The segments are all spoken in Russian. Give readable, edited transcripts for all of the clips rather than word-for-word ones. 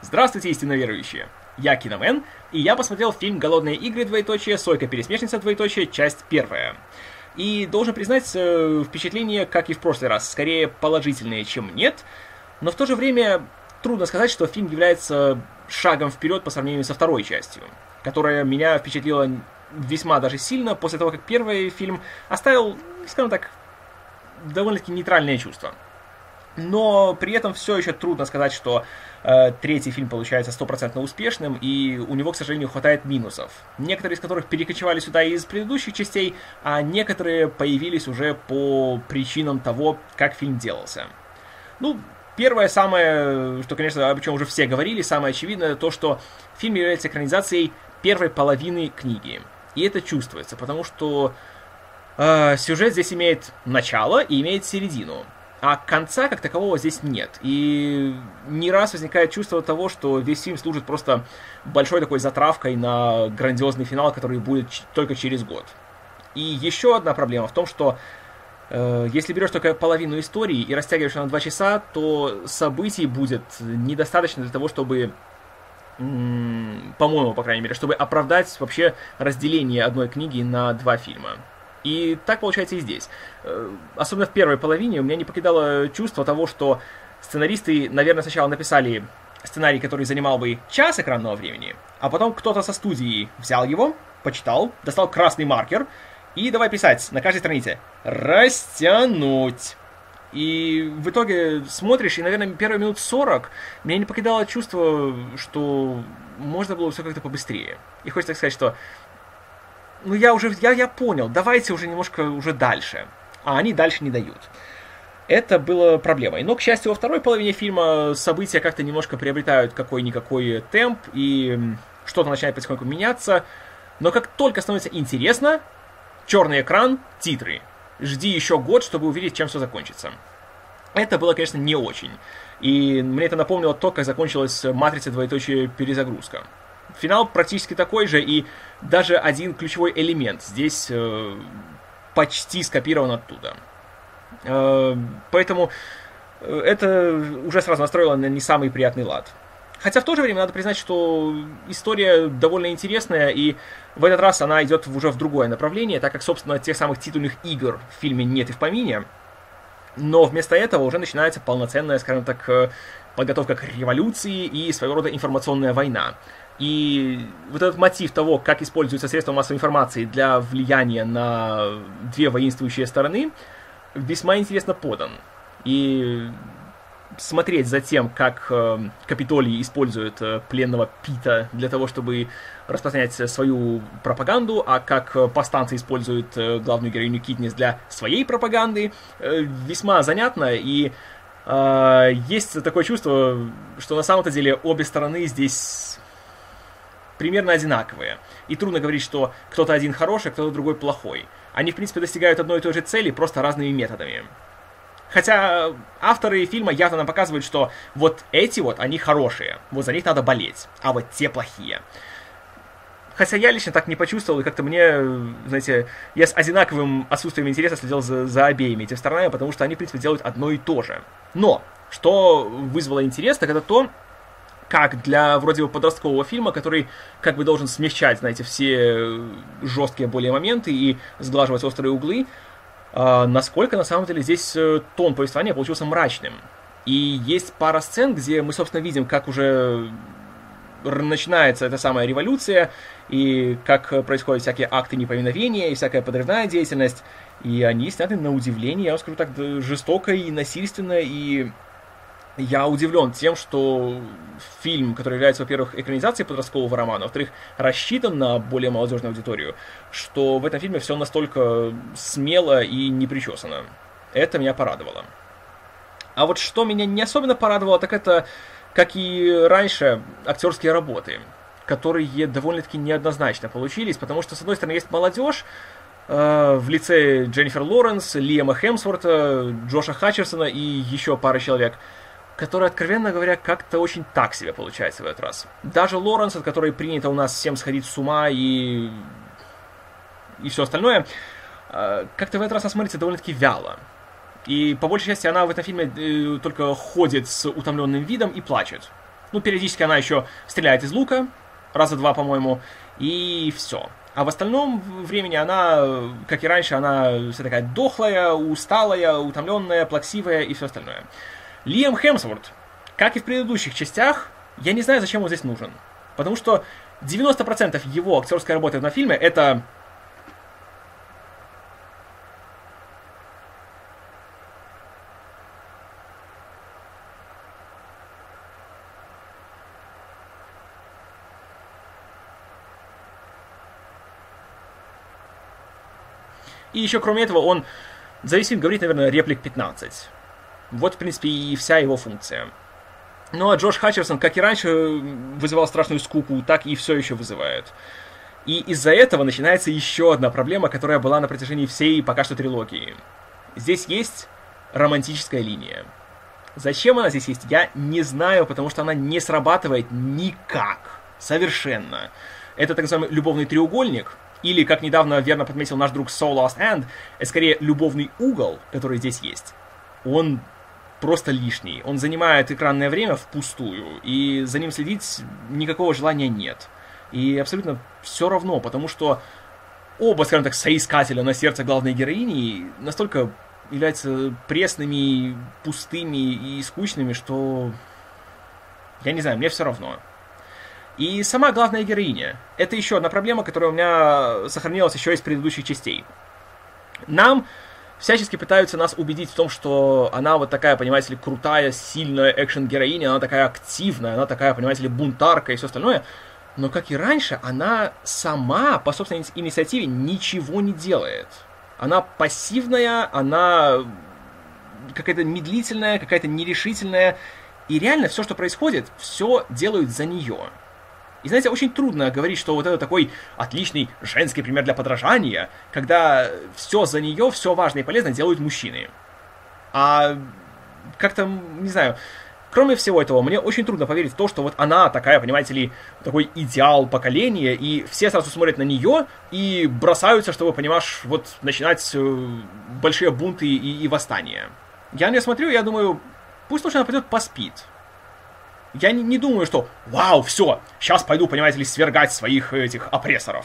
Здравствуйте, истинно верующие! Я Киномен, и я посмотрел фильм «Голодные игры. Сойка-пересмешница. Часть первая». И должен признать, впечатления, как и в прошлый раз, скорее положительные, чем нет, но в то же время трудно сказать, что фильм является шагом вперед по сравнению со второй частью, которая меня впечатлила весьма даже сильно после того, как первый фильм оставил, скажем так, довольно-таки нейтральные чувства. Но при этом все еще трудно сказать, что третий фильм получается стопроцентно успешным, и у него, к сожалению, хватает минусов. Некоторые из которых перекочевали сюда из предыдущих частей, а некоторые появились уже по причинам того, как фильм делался. Ну, первое самое, что, конечно, об чем уже все говорили, самое очевидное, то, что фильм является экранизацией первой половины книги. И это чувствуется, потому что сюжет здесь имеет начало и имеет середину. А конца как такового здесь нет. И не раз возникает чувство того, что весь фильм служит просто большой такой затравкой на грандиозный финал, который будет только через год. И еще одна проблема в том, что если берешь только половину истории и растягиваешь ее на 2 часа, то событий будет недостаточно для того, чтобы, по-моему, по крайней мере, чтобы оправдать вообще разделение одной книги на 2 фильма. И так получается и здесь. Особенно в первой половине у меня не покидало чувство того, что сценаристы, наверное, сначала написали сценарий, который занимал бы час экранного времени, а потом кто-то со студии взял его, почитал, достал красный маркер и давай писать на каждой странице «Растянуть». И в итоге смотришь, и, наверное, первые минут 40 меня не покидало чувство, что можно было все как-то побыстрее. И хочется сказать, что ну я понял, давайте уже немножко уже дальше. А они дальше не дают. Это было проблемой. Но, к счастью, во второй половине фильма события как-то немножко приобретают какой-никакой темп, и что-то начинает потихоньку меняться. Но как только становится интересно, черный экран, титры. Жди еще год, чтобы увидеть, чем все закончится. Это было, конечно, не очень. И мне это напомнило то, как закончилась «Матрица. Перезагрузка». Финал практически такой же, и даже один ключевой элемент здесь почти скопирован оттуда. Поэтому это уже сразу настроило на не самый приятный лад. Хотя в то же время надо признать, что история довольно интересная, и в этот раз она идет уже в другое направление, так как, собственно, тех самых титульных игр в фильме нет и в помине. Но вместо этого уже начинается полноценная, скажем так, подготовка к революции и своего рода информационная война. И вот этот мотив того, как используются средства массовой информации для влияния на две воинствующие стороны, весьма интересно подан. И смотреть за тем, как Капитолий использует пленного Пита для того, чтобы распространять свою пропаганду, а как повстанцы используют главную героиню Китнис для своей пропаганды, весьма занятно. И есть такое чувство, что на самом-то деле обе стороны здесь примерно одинаковые. И трудно говорить, что кто-то один хороший, а кто-то другой плохой. Они, в принципе, достигают одной и той же цели, просто разными методами. Хотя авторы фильма явно нам показывают, что вот эти вот, они хорошие, вот за них надо болеть, а вот те плохие. Хотя я лично так не почувствовал, и как-то мне, знаете, я с одинаковым отсутствием интереса следил за обеими этими сторонами, потому что они, в принципе, делают одно и то же. Но, что вызвало интерес, так это то, как для вроде бы подросткового фильма, который как бы должен смягчать, знаете, все жесткие более моменты и сглаживать острые углы, насколько на самом деле здесь тон повествования получился мрачным. И есть пара сцен, где мы, собственно, видим, как уже начинается эта самая революция, и как происходят всякие акты неповиновения, и всякая подрывная деятельность. И они сняты на удивление, я вам скажу так, жестоко и насильственно, и я удивлен тем, что фильм, который является, во-первых, экранизацией подросткового романа, во-вторых, рассчитан на более молодежную аудиторию, что в этом фильме все настолько смело и непричесано. Это меня порадовало. А вот что меня не особенно порадовало, так это, как и раньше, актерские работы, которые довольно-таки неоднозначно получились, потому что, с одной стороны, есть молодежь, в лице Дженнифер Лоуренс, Лиама Хемсворта, Джоша Хатчерсона и еще пары человек, которая, откровенно говоря, как-то очень так себе получается в этот раз. Даже Лоуренс, от которой принято у нас всем сходить с ума и все остальное, как-то в этот раз она смотрится довольно-таки вяло. И по большей части она в этом фильме только ходит с утомленным видом и плачет. Ну, периодически она еще стреляет из лука, раза два, по-моему, и все. А в остальном времени она, как и раньше, она вся такая дохлая, усталая, утомленная, плаксивая и все остальное. Лиам Хемсворт, как и в предыдущих частях, я не знаю, зачем он здесь нужен. Потому что 90% его актерской работы на фильме это... И еще, кроме этого, он за весь фильм говорит, наверное, реплик 15. Вот, в принципе, и вся его функция. Ну, а Джош Хатчерсон, как и раньше, вызывал страшную скуку, так и все еще вызывает. И из-за этого начинается еще одна проблема, которая была на протяжении всей пока что трилогии. Здесь есть романтическая линия. Зачем она здесь есть, я не знаю, потому что она не срабатывает никак. Совершенно. Это так называемый любовный треугольник, или, как недавно верно подметил наш друг So Lost End, это скорее любовный угол, который здесь есть. Он просто лишний. Он занимает экранное время впустую, и за ним следить никакого желания нет. И абсолютно все равно, потому что оба, скажем так, соискателя на сердце главной героини настолько являются пресными, пустыми и скучными, что... Я не знаю, мне все равно. И сама главная героиня. Это еще одна проблема, которая у меня сохранилась еще из предыдущих частей. Нам всячески пытаются нас убедить в том, что она вот такая, понимаете ли, крутая, сильная экшен-героиня, она такая активная, она такая, понимаете ли, бунтарка и все остальное. Но, как и раньше, она сама, по собственной инициативе, ничего не делает. Она пассивная, она какая-то медлительная, какая-то нерешительная. И реально все, что происходит, все делают за нее. И, знаете, очень трудно говорить, что вот это такой отличный женский пример для подражания, когда все за нее, все важное и полезное делают мужчины. А как-то, не знаю, кроме всего этого, мне очень трудно поверить в то, что вот она такая, понимаете ли, такой идеал поколения, и все сразу смотрят на нее и бросаются, чтобы, понимаешь, вот начинать большие бунты и восстания. Я на нее смотрю, я думаю, пусть лучше она пойдет поспит. Я не думаю, что «Вау, все, сейчас пойду, понимаете ли, свергать своих этих опрессоров».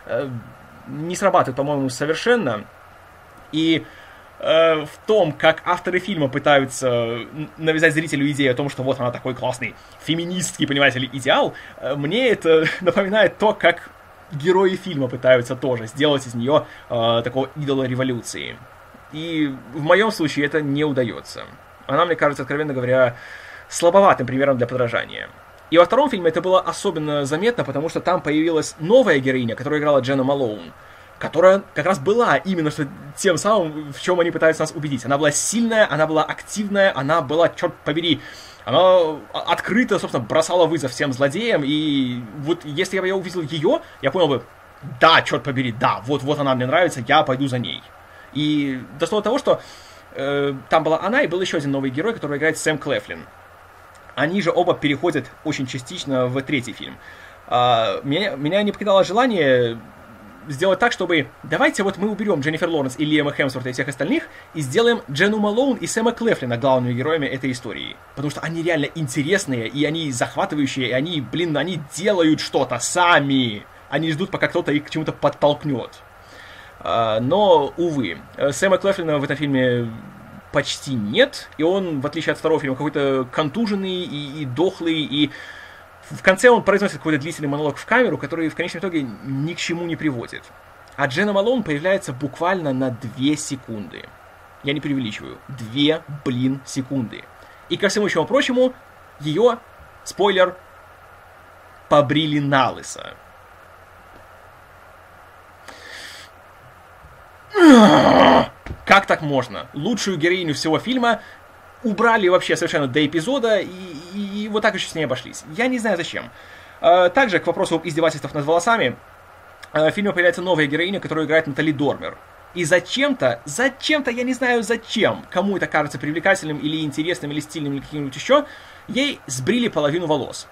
Не срабатывает, по-моему, совершенно. И в том, как авторы фильма пытаются навязать зрителю идею о том, что вот она такой классный феминистский, понимаете ли, идеал, мне это напоминает то, как герои фильма пытаются тоже сделать из нее такого идола революции. И в моем случае это не удается. Она, мне кажется, откровенно говоря, слабоватым примером для подражания. И во втором фильме это было особенно заметно, потому что там появилась новая героиня, которая играла Дженна Малоун, которая как раз была именно что тем самым, в чем они пытаются нас убедить. Она была сильная, она была активная, она была, черт побери, она открыто, собственно, бросала вызов всем злодеям, и вот если бы я увидел ее, я понял бы, да, черт побери, да, вот она мне нравится, я пойду за ней. И дошло до того, что там была она, и был еще один новый герой, который играет Сэм Клэфлин. Они же оба переходят очень частично в третий фильм. Меня не покидало желание сделать так, чтобы давайте вот мы уберем Дженнифер Лоуренс и Лиама Хемсворта и всех остальных и сделаем Дженну Малоун и Сэма Клэфлина главными героями этой истории. Потому что они реально интересные, и они захватывающие, и они, они делают что-то сами. Они ждут, пока кто-то их к чему-то подтолкнет. Но, увы, Сэма Клэфлина в этом фильме почти нет, и он, в отличие от второго фильма, какой-то контуженный и дохлый, и в конце он произносит какой-то длительный монолог в камеру, который в конечном итоге ни к чему не приводит. А Дженна Малоун появляется буквально на 2 секунды. Я не преувеличиваю. 2, секунды. И ко всему чему прочему, ее, спойлер, побрили налысо. Как так можно? Лучшую героиню всего фильма убрали вообще совершенно до эпизода и вот так еще с ней обошлись. Я не знаю зачем. Также к вопросу об издевательствах над волосами, в фильме появляется новая героиня, которую играет Натали Дормер. И зачем-то, я не знаю зачем, кому это кажется привлекательным или интересным, или стильным, или каким-нибудь еще, ей сбрили половину волос.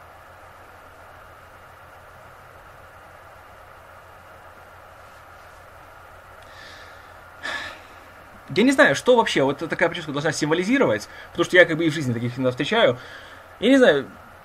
Я не знаю, что вообще вот такая прическа должна символизировать, потому что я как бы и в жизни таких встречаю. Я не знаю,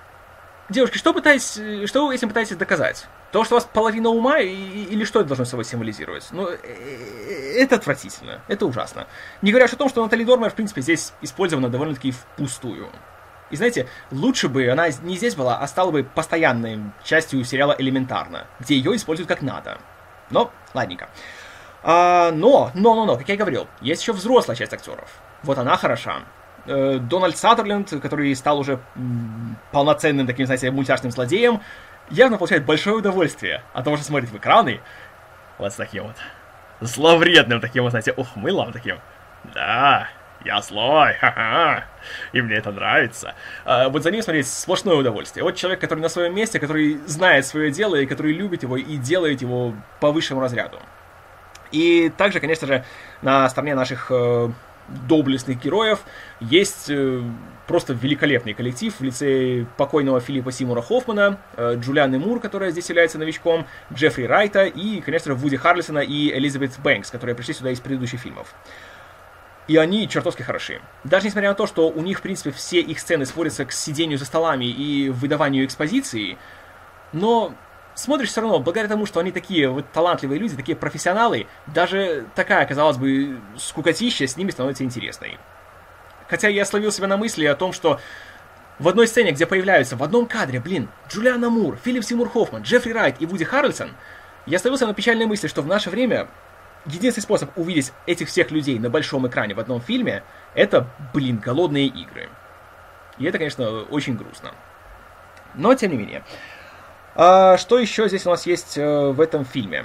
Девушки, что вы этим пытаетесь доказать? То, что у вас половина ума, или что это должно собой символизировать? Ну, это отвратительно, это ужасно. Не говоря уж о том, что Натали Дормер, в принципе, здесь использована довольно-таки впустую. И знаете, лучше бы она не здесь была, а стала бы постоянной частью сериала «Элементарно», где ее используют как надо. Но, ладненько. Но, как я и говорил, есть еще взрослая часть актеров. Вот она хороша. Дональд Саттерленд, который стал уже полноценным таким, знаете, мультяшным злодеем, явно получает большое удовольствие от того, что смотрит в экраны вот с таким вот зловредным таким, вот, знаете, ухмылом таким. Да, я злой, ха-ха, и мне это нравится. Вот за ним смотреть сплошное удовольствие. Вот человек, который на своем месте, который знает свое дело, и который любит его и делает его по высшему разряду. И также, конечно же, на стороне наших доблестных героев есть просто великолепный коллектив в лице покойного Филиппа Сеймура Хоффмана, Джулианы Мур, которая здесь является новичком, Джеффри Райта и, конечно же, Вуди Харрельсона и Элизабет Бэнкс, которые пришли сюда из предыдущих фильмов. И они чертовски хороши. Даже несмотря на то, что у них, в принципе, все их сцены сводятся к сидению за столами и выдаванию экспозиции, но смотришь все равно, благодаря тому, что они такие вот талантливые люди, такие профессионалы, даже такая, казалось бы, скукотища с ними становится интересной. Хотя я словил себя на мысли о том, что в одной сцене, где появляются в одном кадре, Джулиана Мур, Филипп Сеймур Хоффман, Джеффри Райт и Вуди Харрельсон, я словил себя на печальной мысли, что в наше время единственный способ увидеть этих всех людей на большом экране в одном фильме, это, голодные игры. И это, конечно, очень грустно. Но, тем не менее. Что еще здесь у нас есть в этом фильме?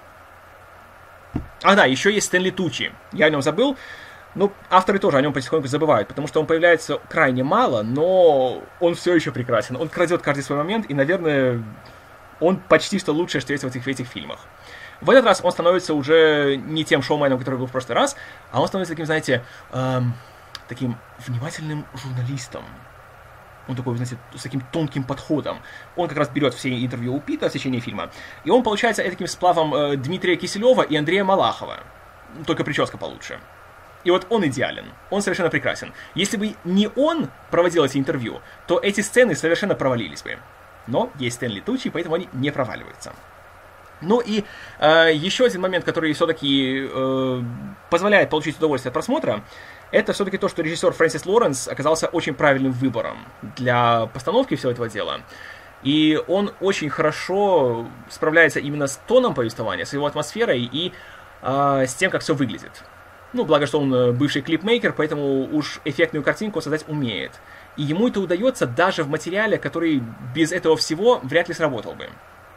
Да, еще есть Стэнли Тучи. Я о нем забыл. Ну, авторы тоже о нем потихоньку забывают, потому что он появляется крайне мало, но он все еще прекрасен. Он крадет каждый свой момент, и, наверное, он почти что лучшее, что есть в этих фильмах. В этот раз он становится уже не тем шоуменом, который был в прошлый раз, а он становится таким, знаете, таким внимательным журналистом. Он такой, знаете, с таким тонким подходом. Он как раз берет все интервью у Пита в течение фильма, и он получается таким сплавом Дмитрия Киселева и Андрея Малахова. Только прическа получше. И вот он идеален. Он совершенно прекрасен. Если бы не он проводил эти интервью, то эти сцены совершенно провалились бы. Но есть Стэнли Тучи, поэтому они не проваливаются. Ну и еще один момент, который все-таки позволяет получить удовольствие от просмотра, это все-таки то, что режиссер Фрэнсис Лоуренс оказался очень правильным выбором для постановки всего этого дела. И он очень хорошо справляется именно с тоном повествования, с его атмосферой и с тем, как все выглядит. Ну, благо, что он бывший клипмейкер, поэтому уж эффектную картинку создать умеет. И ему это удается даже в материале, который без этого всего вряд ли сработал бы.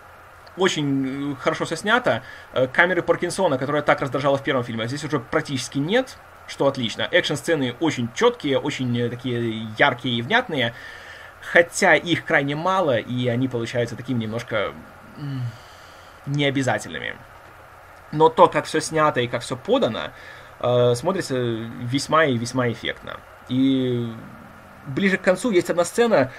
Очень хорошо все снято. Камеры Паркинсона, которая так раздражала в первом фильме, здесь уже практически нет, что отлично. Экшн-сцены очень четкие, очень такие яркие и внятные, хотя их крайне мало, и они получаются такими немножко необязательными. Но то, как все снято и как все подано, смотрится весьма и весьма эффектно. И ближе к концу есть одна сцена,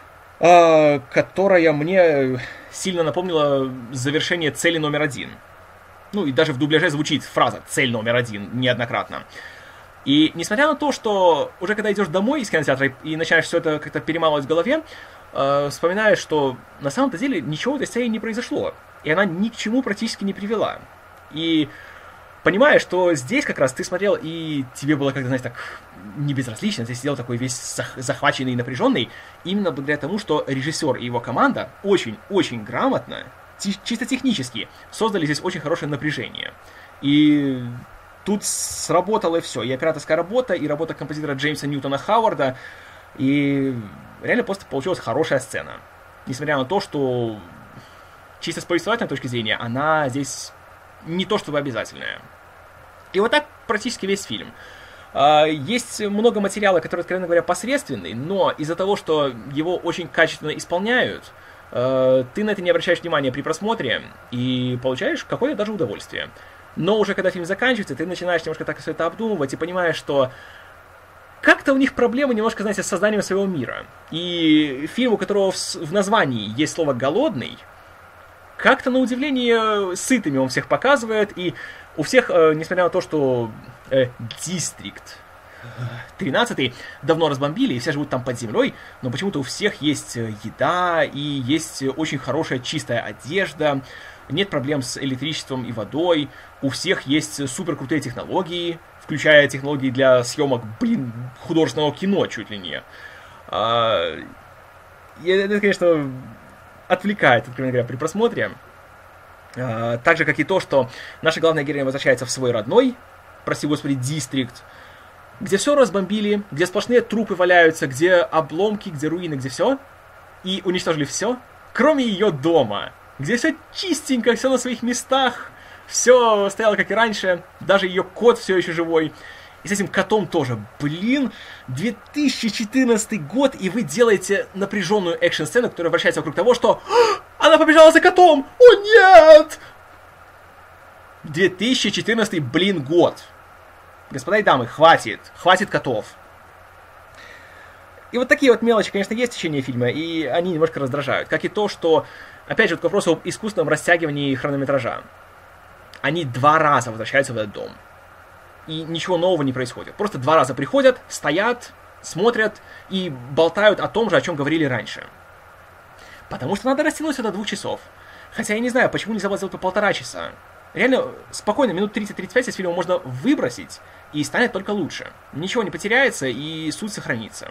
которая мне сильно напомнила завершение «Цели номер один». Ну и даже в дубляже звучит фраза «Цель номер один» неоднократно. И несмотря на то, что уже когда идешь домой из кинотеатра и начинаешь все это как-то перемалывать в голове, вспоминаешь, что на самом-то деле ничего в этой сцене не произошло. И она ни к чему практически не привела. И понимаешь, что здесь как раз ты смотрел, и тебе было как-то, знаете, так не безразлично, ты сидел такой весь захваченный и напряженный, именно благодаря тому, что режиссер и его команда очень-очень грамотно, чисто технически, создали здесь очень хорошее напряжение. И тут сработало все, и операторская работа, и работа композитора Джеймса Ньютона Хауарда, и реально просто получилась хорошая сцена. Несмотря на то, что чисто с повествовательной точки зрения, она здесь не то чтобы обязательная. И вот так практически весь фильм. Есть много материала, который, откровенно говоря, посредственный, но из-за того, что его очень качественно исполняют, ты на это не обращаешь внимания при просмотре и получаешь какое-то даже удовольствие. Но уже когда фильм заканчивается, ты начинаешь немножко так все это обдумывать и понимаешь, что как-то у них проблемы немножко, знаете, с созданием своего мира. И фильм, у которого в названии есть слово «голодный», как-то на удивление сытыми он всех показывает, и у всех, несмотря на то, что District, 13-й давно разбомбили, и все живут там под землей, но почему-то у всех есть еда, и есть очень хорошая чистая одежда, нет проблем с электричеством и водой, у всех есть супер крутые технологии, включая технологии для съемок, художественного кино чуть ли не. И это, конечно, отвлекает, откровенно говоря, при просмотре. Так же, как и то, что наша главная героиня возвращается в свой родной, прости господи, дистрикт, где все разбомбили, где сплошные трупы валяются, где обломки, где руины, где все. И уничтожили все, кроме ее дома, где все чистенько, все на своих местах, все стояло как и раньше, даже ее кот все еще живой. И с этим котом тоже. 2014 год, и вы делаете напряженную экшн-сцену, которая вращается вокруг того, что она побежала за котом! О, нет! 2014, год. Господа и дамы, хватит котов. И вот такие вот мелочи, конечно, есть в течение фильма, и они немножко раздражают. Как и то, что, опять же, к вопросу об искусственном растягивании хронометража. Они 2 раза возвращаются в этот дом. И ничего нового не происходит. Просто 2 раза приходят, стоят, смотрят и болтают о том же, о чем говорили раньше. Потому что надо растянуть это до 2 часов. Хотя я не знаю, почему нельзя было сделать по 1,5 часа. Реально, спокойно, минут 30-35 из фильма можно выбросить, и станет только лучше. Ничего не потеряется, и суть сохранится.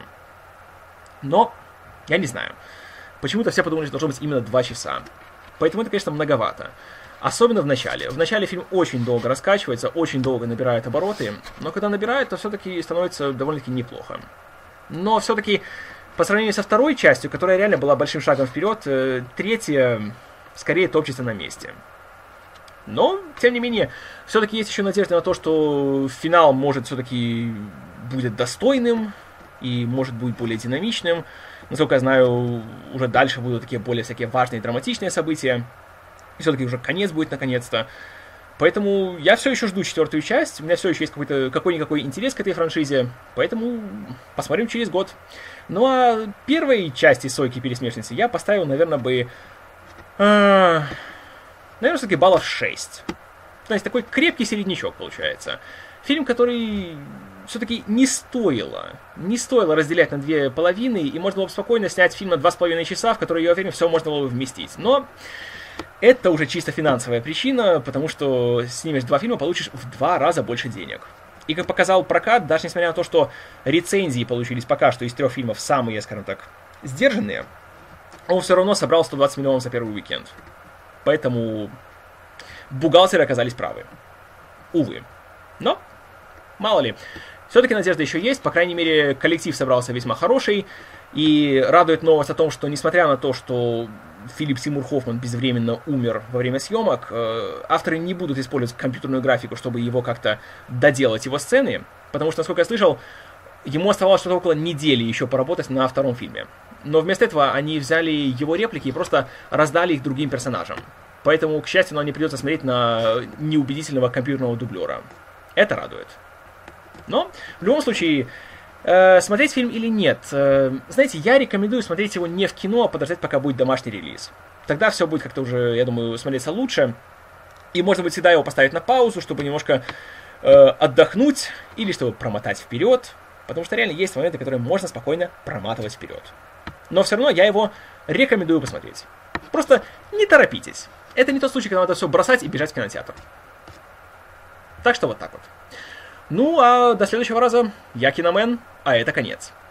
Но, я не знаю. Почему-то все подумали, что должно быть именно 2 часа. Поэтому это, конечно, многовато. Особенно в начале. В начале фильм очень долго раскачивается, очень долго набирает обороты, но когда набирает, то все-таки становится довольно-таки неплохо. Но все-таки, по сравнению со второй частью, которая реально была большим шагом вперед, третья скорее топчется на месте. Но, тем не менее, все-таки есть еще надежда на то, что финал может все-таки будет достойным и может быть более динамичным. Насколько я знаю, уже дальше будут такие более всякие важные драматичные события. И все-таки уже конец будет наконец-то. Поэтому я все еще жду 4-ю часть. У меня все еще есть какой-никакой интерес к этой франшизе. Поэтому посмотрим через год. Ну а первой части «Сойки пересмешницы» я поставил, наверное, наверное, все-таки баллов 6. То есть такой крепкий середнячок получается. Фильм, который все-таки не стоило разделять на 2 половины, и можно было бы спокойно снять фильм на 2,5 часа, в который, я уверен, все можно было бы вместить. Но это уже чисто финансовая причина, потому что снимешь 2 фильма, получишь в 2 раза больше денег. И как показал прокат, даже несмотря на то, что рецензии получились пока что из 3 фильмов самые, скажем так, сдержанные, он все равно собрал 120 миллионов за первый уикенд. Поэтому бухгалтеры оказались правы. Увы. Но, мало ли. Все-таки надежда еще есть, по крайней мере, коллектив собрался весьма хороший, и радует новость о том, что, несмотря на то, что Филипп Сеймур Хоффман безвременно умер во время съемок, авторы не будут использовать компьютерную графику, чтобы его как-то доделать его сцены, потому что, насколько я слышал, ему оставалось что-то около недели еще поработать на 2-м фильме. Но вместо этого они взяли его реплики и просто раздали их другим персонажам. Поэтому, к счастью, нам не придется смотреть на неубедительного компьютерного дублера. Это радует. Но, в любом случае, смотреть фильм или нет? Знаете, я рекомендую смотреть его не в кино, а подождать, пока будет домашний релиз. Тогда все будет как-то уже, я думаю, смотреться лучше. И можно будет всегда его поставить на паузу, чтобы немножко отдохнуть или чтобы промотать вперед. Потому что реально есть моменты, которые можно спокойно проматывать вперед. Но все равно я его рекомендую посмотреть. Просто не торопитесь. Это не тот случай, когда надо все бросать и бежать в кинотеатр. Так что вот так вот. Ну, а до следующего раза. Я Киномен, а это конец.